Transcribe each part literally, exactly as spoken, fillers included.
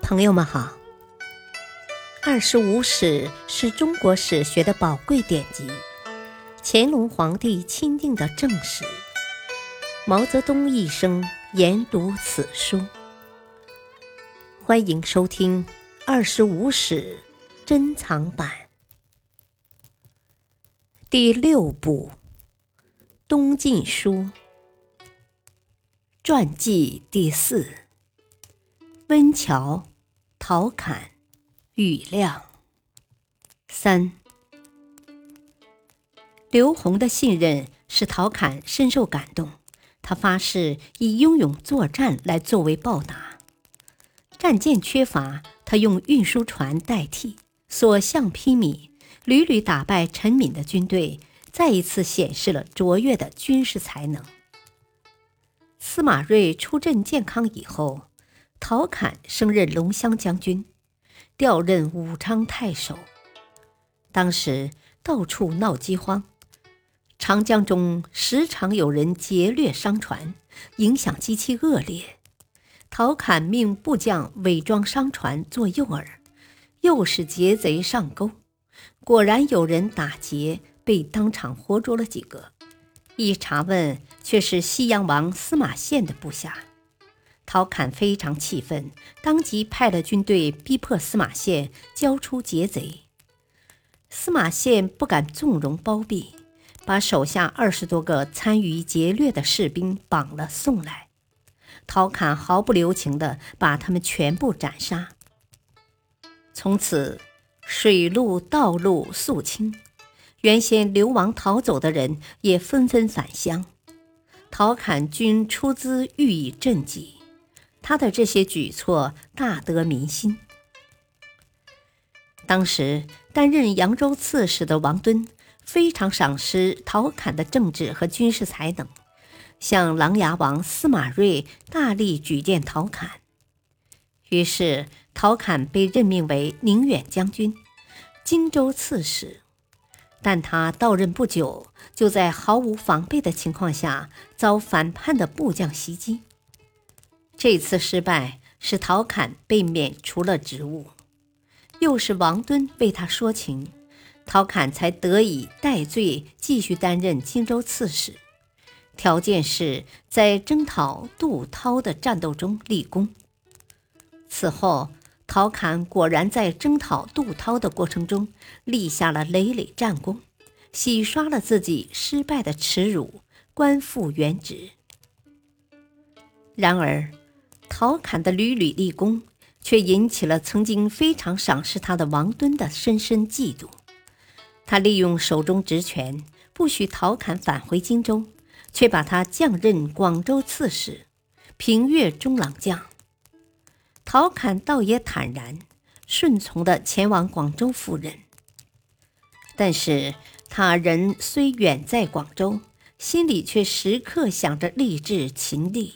朋友们好，二十五史是中国史学的宝贵典籍，乾隆皇帝钦定的正史。毛泽东一生研读此书。欢迎收听二十五史珍藏版第六部东晋书传记第四，温峤、陶侃、庾亮。三。刘宏的信任使陶侃深受感动，他发誓以英勇作战来作为报答。战舰缺乏，他用运输船代替，所向披靡，屡屡打败陈敏的军队，再一次显示了卓越的军事才能。司马睿出镇建康以后，陶侃升任龙骧将军，调任武昌太守。当时到处闹饥荒，长江中时常有人劫掠商船，影响极其恶劣。陶侃命部将伪装商船做诱饵，诱使劫贼上钩，果然有人打劫，被当场活捉了几个。一查问，却是西阳王司马宪的部下。陶侃非常气愤，当即派了军队逼迫司马宪交出劫贼。司马宪不敢纵容包庇，把手下二十多个参与劫掠的士兵绑了送来。陶侃毫不留情地把他们全部斩杀。从此水陆道路肃清，原先流亡逃走的人也纷纷返乡。陶侃均出资予以赈济，他的这些举措大得民心。当时担任扬州刺史的王敦非常赏识陶侃的政治和军事才能，向琅琊王司马睿大力举荐陶侃。于是陶侃被任命为宁远将军、荆州刺史，但他到任不久，就在毫无防备的情况下遭反叛的部将袭击。这次失败使陶侃被免除了职务，又是王敦为他说情，陶侃才得以戴罪继续担任荆州刺史，条件是在征讨杜涛的战斗中立功。此后陶侃果然在征讨杜涛的过程中立下了累累战功，洗刷了自己失败的耻辱，官复原职。然而陶侃的屡屡立功，却引起了曾经非常赏识他的王敦的深深嫉妒。他利用手中职权，不许陶侃返回荆州，却把他降任广州刺史，平越中郎将。陶侃倒也坦然，顺从地前往广州赴任。但是他人虽远在广州，心里却时刻想着励志勤力。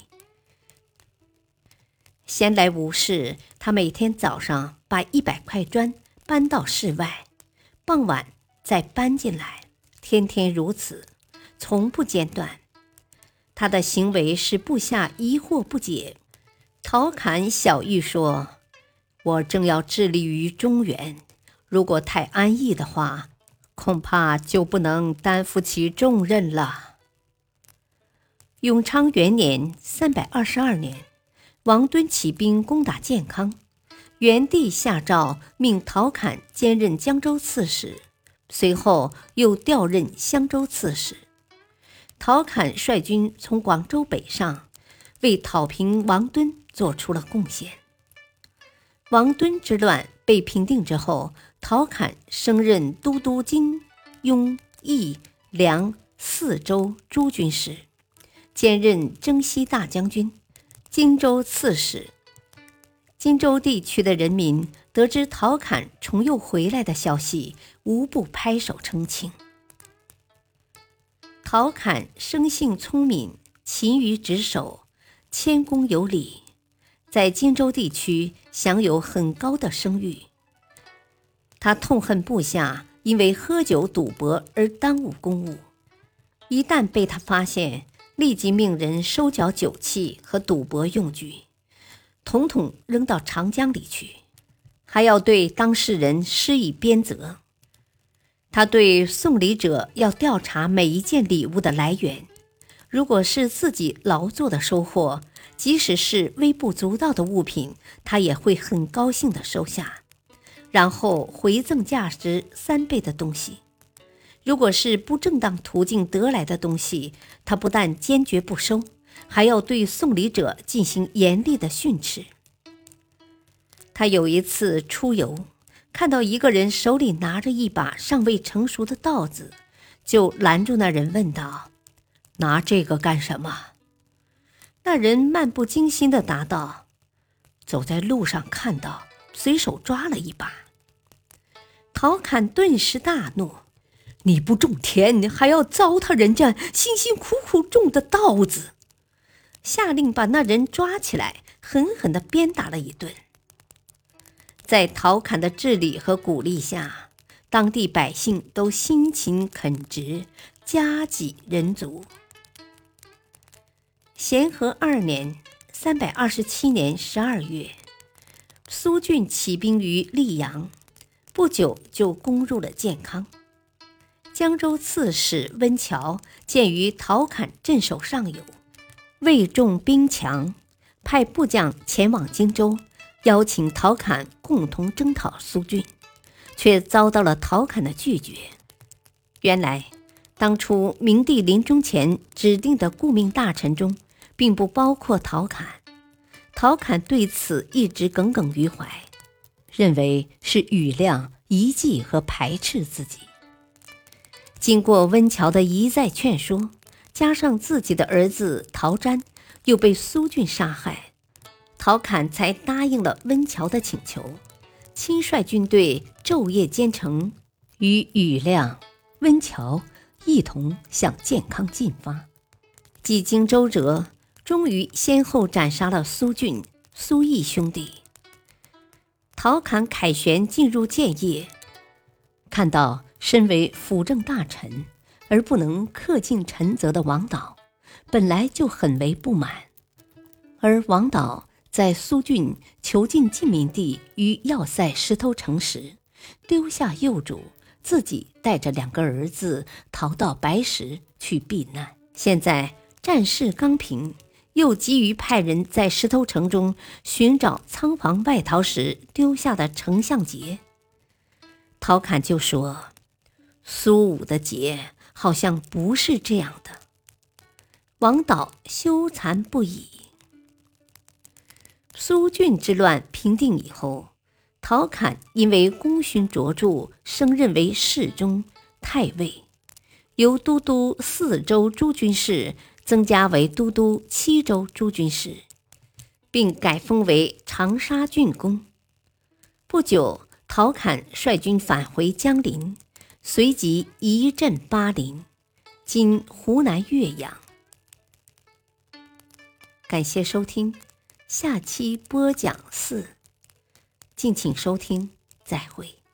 闲来无事，他每天早上把一百块砖搬到室外，傍晚再搬进来，天天如此，从不间断。他的行为使部下疑惑不解。陶侃小谕说：“我正要致力于中原，如果太安逸的话，恐怕就不能担负起重任了。”永昌元年三百二十二年，王敦起兵攻打建康，元帝下诏命陶侃兼任江州刺史，随后又调任襄州刺史。陶侃率军从广州北上，为讨平王敦做出了贡献。王敦之乱被平定之后，陶侃升任都督荆、雍、益、梁四州诸军事，兼任征西大将军、荆州刺史。荆州地区的人民得知陶侃重又回来的消息，无不拍手称庆。陶侃生性聪明，勤于职守，谦恭有礼，在荆州地区享有很高的声誉。他痛恨部下因为喝酒赌博而耽误公务，一旦被他发现，立即命人收缴酒器和赌博用具。 统统扔到长江里去，还要对当事人施以鞭责。他对送礼者要调查每一件礼物的来源，如果是自己劳作的收获，即使是微不足道的物品，他也会很高兴地收下，然后回赠价值三倍的东西。如果是不正当途径得来的东西，他不但坚决不收，还要对送礼者进行严厉的训斥。他有一次出游，看到一个人手里拿着一把尚未成熟的稻子，就拦住那人问道：“拿这个干什么？”那人漫不经心地答道：“走在路上看到，随手抓了一把。”陶侃顿时大怒：“你不种田，还要糟蹋人家辛辛苦苦种的稻子！”下令把那人抓起来，狠狠地鞭打了一顿。在陶侃的治理和鼓励下，当地百姓都辛勤垦植，家给人足。咸和二年（三百二十七年）十二月，苏峻起兵于溧阳，不久就攻入了建康。江州刺史温峤鉴于陶侃镇守上游，魏重兵强，派部将前往荆州，邀请陶侃共同征讨苏峻，却遭到了陶侃的拒绝。原来，当初明帝临终前指定的顾命大臣中，并不包括陶侃。陶侃对此一直耿耿于怀，认为是庾亮遗迹和排斥自己。经过温峤的一再劝说，加上自己的儿子陶瞻又被苏峻杀害，陶侃才答应了温峤的请求，亲率军队昼夜兼程，与庾亮、温峤一同向建康进发。几经周折，终于先后斩杀了苏峻、苏毅兄弟。陶侃凯旋进入建业，看到身为辅政大臣而不能恪尽臣责的王导，本来就很为不满。而王导在苏峻囚禁晋明帝于要塞石头城时，丢下幼主，自己带着两个儿子逃到白石去避难。现在战事刚平，又急于派人在石头城中寻找仓房外逃时丢下的丞相节。陶侃就说：“苏武的节好像不是这样的。”王导羞惭不已。苏峻之乱平定以后，陶侃因为功勋卓著，升任为侍中、太尉，由都督四州诸军事增加为都督七州诸军事，并改封为长沙郡公。不久，陶侃率军返回江陵，随即移镇巴陵，今湖南岳阳。感谢收听，下期播讲四，敬请收听，再会。